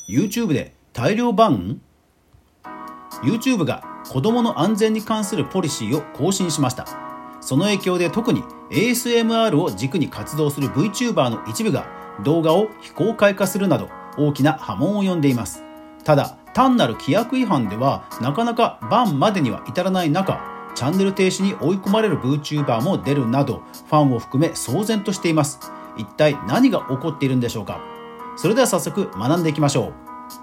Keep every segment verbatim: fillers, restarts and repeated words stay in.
YouTube で大量バン ?YouTube が子どもの安全に関するポリシーを更新しました。その影響で特に エーエスエムアール を軸に活動する VTuber の一部が動画を非公開化するなど大きな波紋を呼んでいます。ただ、単なる規約違反ではなかなかバンまでには至らない中、チャンネル停止に追い込まれる VTuber も出るなどファンを含め騒然としています。一体何が起こっているんでしょうか。それでは早速学んでいきましょう。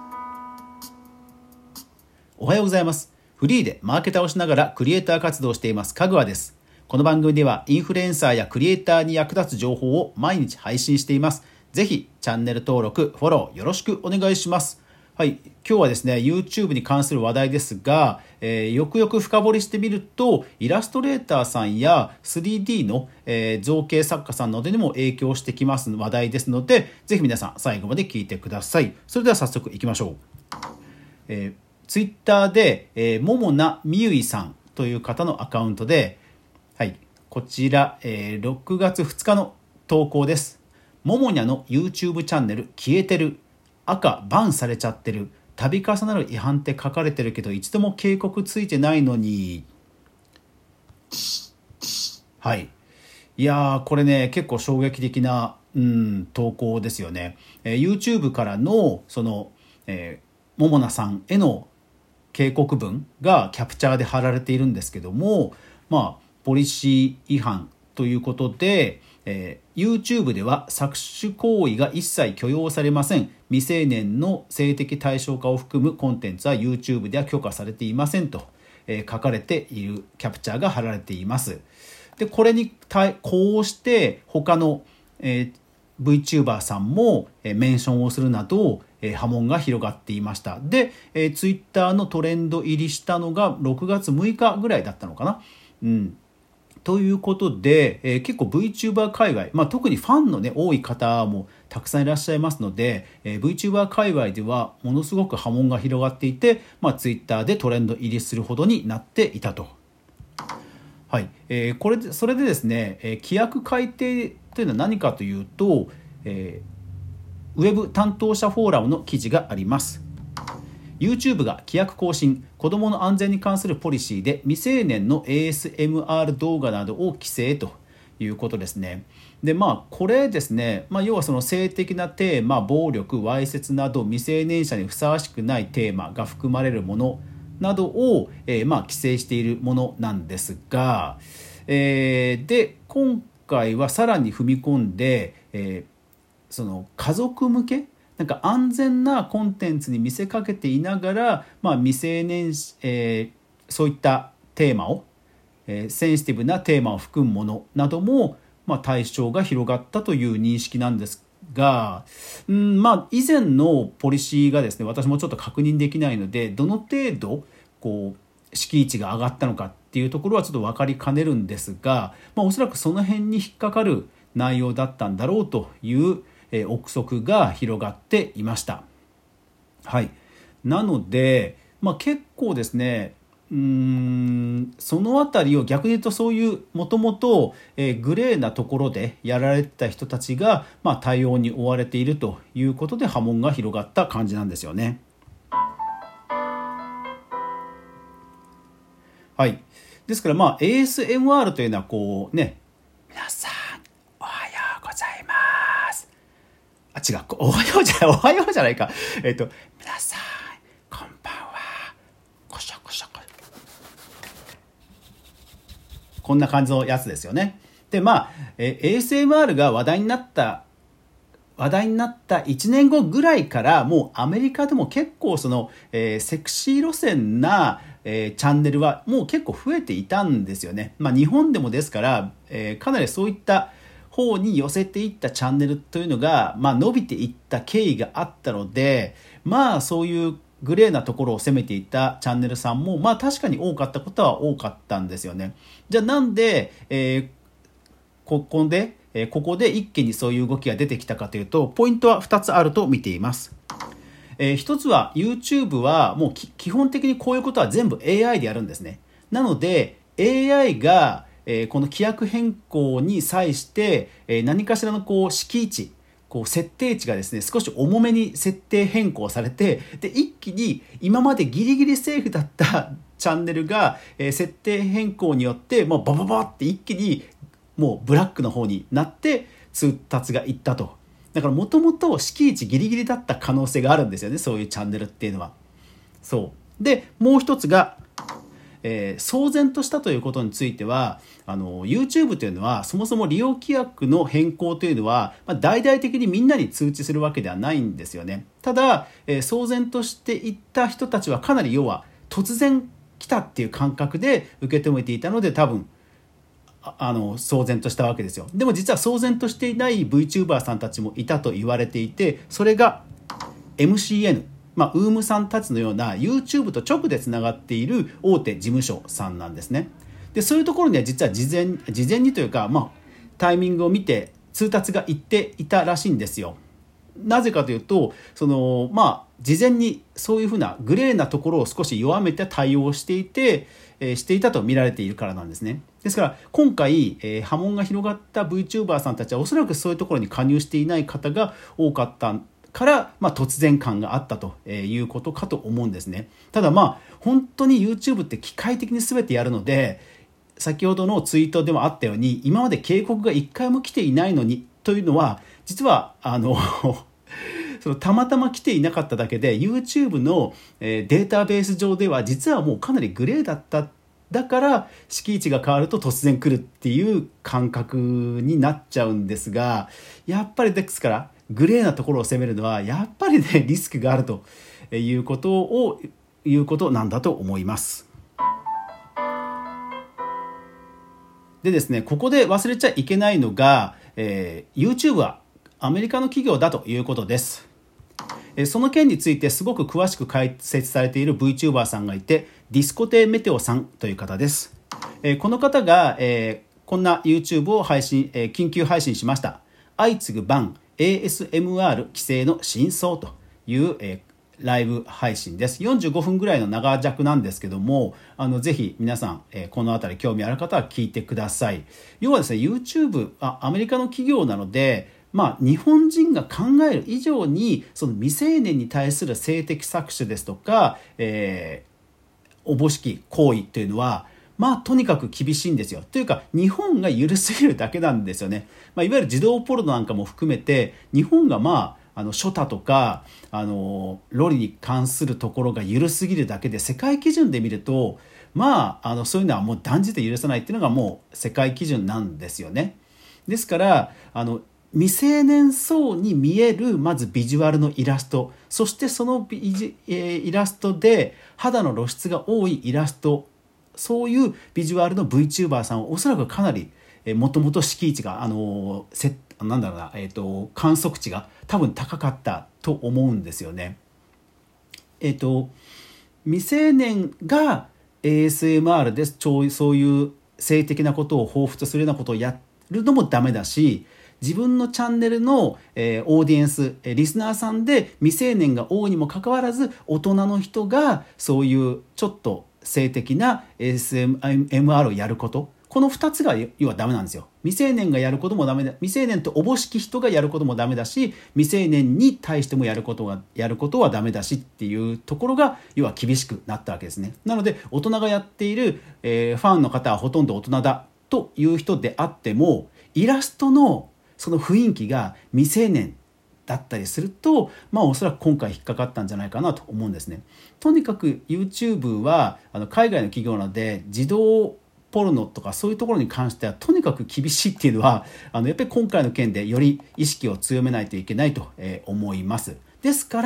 おはようございます。フリーでマーケターをしながらクリエイター活動をしていますかぐわです。この番組ではインフルエンサーやクリエイターに役立つ情報を毎日配信しています。ぜひチャンネル登録、フォローよろしくお願いします。はい、今日はですね YouTube に関する話題ですが、えー、よくよく深掘りしてみるとイラストレーターさんや スリーディー の、えー、造形作家さんなどにも影響してきます話題ですので、ぜひ皆さん最後まで聞いてください。それでは早速いきましょう。えー、Twitter で、えー、ももなみゆいさんという方のアカウントで、はい、こちら、えー、ろくがつふつかの投稿です。ももにゃの YouTube チャンネル消えてる、赤バンされちゃってる、度重なる違反って書かれてるけど一度も警告ついてないのに。はい、いやーこれね結構衝撃的な、うん、投稿ですよね。えー、YouTube からのその、えー、ももなさんへの警告文がキャプチャーで貼られているんですけども、まあポリシー違反ということで、えー、YouTube では搾取行為が一切許容されません。未成年の性的対象化を含むコンテンツは YouTube では許可されていませんと、えー、書かれているキャプチャーが貼られています。でこれに対こうして他の、えー、VTuber さんも、えー、メンションをするなど、えー、波紋が広がっていました。で、えー、Twitter のトレンド入りしたのがろくがつむいかぐらいだったのかな。うんということで、えー、結構 VTuber 界隈、まあ、特にファンの、ね、多い方もたくさんいらっしゃいますので、えー、VTuber 界隈ではものすごく波紋が広がっていて、まあ、Twitter でトレンド入りするほどになっていたと。はい、えー、これでそれでですね、えー、規約改定というのは何かというと、えー、ウェブ担当者フォーラムの記事があります。YouTube が規約更新、子どもの安全に関するポリシーで未成年の エーエスエムアール 動画などを規制ということですね。でまあこれですね、まあ、要はその性的なテーマ、暴力、わいせつなど未成年者にふさわしくないテーマが含まれるものなどを、えー、まあ規制しているものなんですが、えー、で今回はさらに踏み込んで、えー、その家族向けなんか安全なコンテンツに見せかけていながら、まあ、未成年、えー、そういったテーマを、えー、センシティブなテーマを含むものなども、まあ、対象が広がったという認識なんですが、うんまあ、以前のポリシーがですね、私もちょっと確認できないので、どの程度こう敷地が上がったのかっていうところはちょっと分かりかねるんですが、まあ、おそらくその辺に引っかかる内容だったんだろうというえー、憶測が広がっていました。はい、なので、まあ、結構ですねうーんそのあたりを逆に言うとそういうもともとグレーなところでやられてた人たちが、まあ、対応に追われているということで波紋が広がった感じなんですよね。はい、ですから、まあ、エーエスエムアール というのはこうね、皆さんおはようございます、あ、違う、おはようじゃない、おはようじゃないか。えっと、皆さん、こんばんは。こしょこしょこ。こんな感じのやつですよね。で、まあ、え エーエスエムアール が話題になった、話題になったいちねんごぐらいから、もうアメリカでも結構その、えー、セクシー路線な、えー、チャンネルはもう結構増えていたんですよね。まあ、日本でもですから、えー、かなりそういった方に寄せていったチャンネルというのが、まあ、伸びていった経緯があったので、まあそういうグレーなところを攻めていたチャンネルさんも、まあ確かに多かったことは多かったんですよね。じゃあなんで、えー、ここで、えー、ここで一気にそういう動きが出てきたかというと、ポイントはふたつあると見ています。えー、ひとつは YouTube はもう基本的にこういうことは全部 エーアイ でやるんですね。なので エーアイ がこの規約変更に際して何かしらのこう敷地こう設定値がですね少し重めに設定変更されて、で一気に今までギリギリセーフだったチャンネルが、えー、設定変更によってもうバババって一気にもうブラックの方になって通達がいったと。だからもともと敷地ギリギリだった可能性があるんですよね、そういうチャンネルっていうのは。そうでもう一つが、えー、騒然としたということについては、あの YouTube というのはそもそも利用規約の変更というのは、まあ、大々的にみんなに通知するわけではないんですよね。ただ、えー、騒然としていった人たちはかなり要は突然来たっていう感覚で受け止めていたので、多分あの騒然としたわけですよ。でも実は騒然としていない VTuber さんたちもいたと言われていて、それが エムシーエヌ、まあ、ウームさんたちのような YouTube と直でつながっている大手事務所さんなんですね。でそういうところには実は事前、事前にというか、まあ、タイミングを見て通達がいっていたらしいんですよ。なぜかというと、そのまあ事前にそういうふうなグレーなところを少し弱めて対応していて、えー、していたと見られているからなんですね。ですから今回、えー、波紋が広がった VTuber さんたちはおそらくそういうところに加入していない方が多かったから、まあ、突然感があったということかと思うんですね。ただまあ本当に YouTube って機械的に全てやるので、先ほどのツイートでもあったように今まで警告がいっかいも来ていないのにというのは、実はあのそのたまたま来ていなかっただけで YouTube の、えー、データベース上では実はもうかなりグレーだった。だから敷地が変わると突然来るっていう感覚になっちゃうんですが、やっぱりですからグレーなところを攻めるのはやっぱりねリスクがあるということをいうことなんだと思います。でですね、ここで忘れちゃいけないのが、えー、YouTube はアメリカの企業だということです。その件についてすごく詳しく解説されている VTuber さんがいて、ディスコテメテオさんという方です。この方がこんな YouTube を配信、緊急配信しました。相次ぐバン エーエスエムアール 規制の真相というライブ配信です。よんじゅうごふんぐらいの長尺なんですけども、あのぜひ皆さん、えー、このあたり興味ある方は聞いてください。要はですね、 YouTube あアメリカの企業なので、まあ、日本人が考える以上にその未成年に対する性的搾取ですとか、えー、おぼしき行為というのはまあとにかく厳しいんですよ。というか日本が緩すぎるだけなんですよね。まあ、いわゆる児童ポルノなんかも含めて日本がまああのショタとかあのロリに関するところが緩すぎるだけで、世界基準で見るとまああのそういうのはもう断じて許さないっていうのがもう世界基準なんですよね。ですからあの未成年層に見えるまずビジュアルのイラスト、そしてそのビジ、えー、イラストで肌の露出が多いイラスト、そういうビジュアルの VTuber さんはおそらくかなりもともと敷地があのせなんだろうな、えーと、観測値が多分高かったと思うんですよね。えっと未成年が エーエスエムアール でそういう性的なことを彷彿とするようなことをやるのもダメだし、自分のチャンネルの、えー、オーディエンス、えー、リスナーさんで未成年が多いにもかかわらず、大人の人がそういうちょっと性的な エーエスエムアール をやること、このふたつが要はダメなんですよ。未成年がやることもダメだ、未成年とおぼしき人がやることもダメだし、未成年に対してもやることがやることはダメだしっていうところが要は厳しくなったわけですね。なので大人がやっている、えー、ファンの方はほとんど大人だという人であっても、イラストのその雰囲気が未成年だったりすると、まあおそらく今回引っかかったんじゃないかなと思うんですね。とにかく YouTube はあの海外の企業なので、児童ポルノとかそういうところに関してはとにかく厳しいっていうのは、あのやっぱり今回の件でより意識を強めないといけないと思います。ですから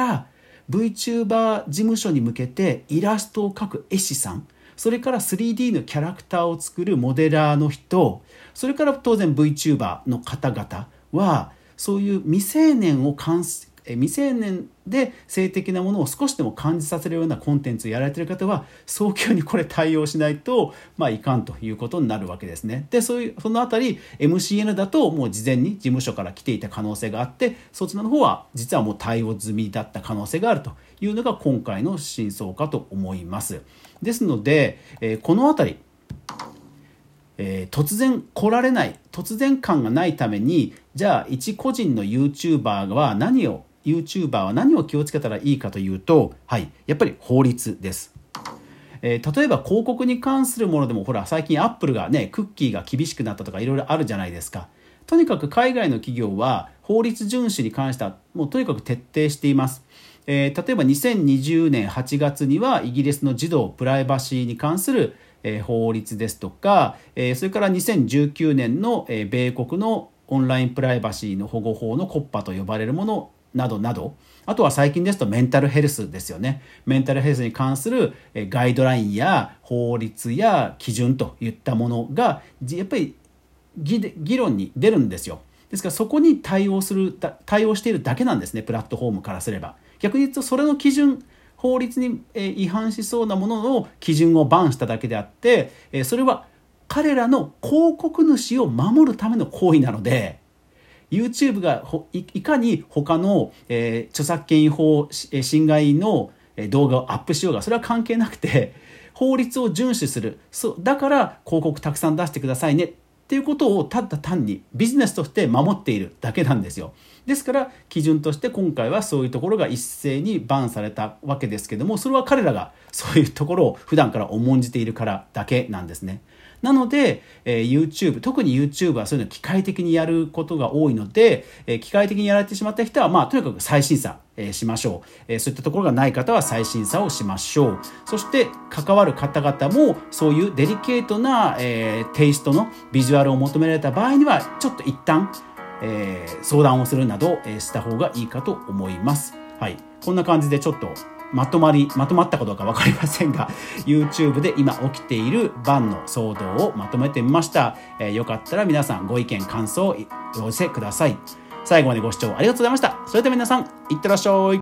VTuber 事務所に向けてイラストを描く絵師さん、それから スリーディー のキャラクターを作るモデラーの人、それから当然 VTuber の方々はそういう未成年を監視未成年で性的なものを少しでも感じさせるようなコンテンツをやられている方は早急にこれ対応しないと、まあ、いかんということになるわけですね。でそういうそのあたり エムシーエヌ だともう事前に事務所から来ていた可能性があって、そちらの方は実はもう対応済みだった可能性があるというのが今回の真相かと思います。ですので、えー、このあたりえー、突然来られない、突然感がないために、じゃあ一個人の YouTuber は何を YouTuber は何を気をつけたらいいかというと、はい、やっぱり法律です。えー、例えば広告に関するものでも、ほら最近アップルがね、クッキーが厳しくなったとかいろいろあるじゃないですか。とにかく海外の企業は法律遵守に関してはもうとにかく徹底しています。えー、例えばにせんにじゅうねんはちがつにはイギリスの児童プライバシーに関する、えー、法律ですとか、えー、それからにせんじゅうきゅうねんの、えー、米国のオンラインプライバシーの保護法のコッパと呼ばれるものなどなど、あとは最近ですとメンタルヘルスですよね。メンタルヘルスに関するガイドラインや法律や基準といったものがやっぱり議論に出るんですよ。ですからそこに対応する対応しているだけなんですね、プラットフォームからすれば。逆に言うとそれの基準、法律に違反しそうなものの基準をバンしただけであって、それは彼らの広告主を守るための行為なので、YouTube が い, いかに他の、えー、著作権法侵害の動画をアップしようがそれは関係なくて、法律を遵守する、そうだから広告たくさん出してくださいねっていうことをただ単にビジネスとして守っているだけなんですよ。ですから基準として今回はそういうところが一斉にバンされたわけですけども、それは彼らがそういうところを普段から重んじているからだけなんですね。なので、えー、YouTube、特に YouTube はそういうのを機械的にやることが多いので、えー、機械的にやられてしまった人は、まあ、とにかく再審査、えー、しましょう、えー。そういったところがない方は再審査をしましょう。そして関わる方々もそういうデリケートな、えー、テイストのビジュアルを求められた場合には、ちょっと一旦、えー、相談をするなど、えー、した方がいいかと思います。はい。こんな感じでちょっとまとまり、まとまったかどうか分かりませんが、YouTube で今起きているバンの騒動をまとめてみました。えー、よかったら皆さんご意見、感想をお寄せください。最後までご視聴ありがとうございました。それでは皆さん、いってらっしゃい。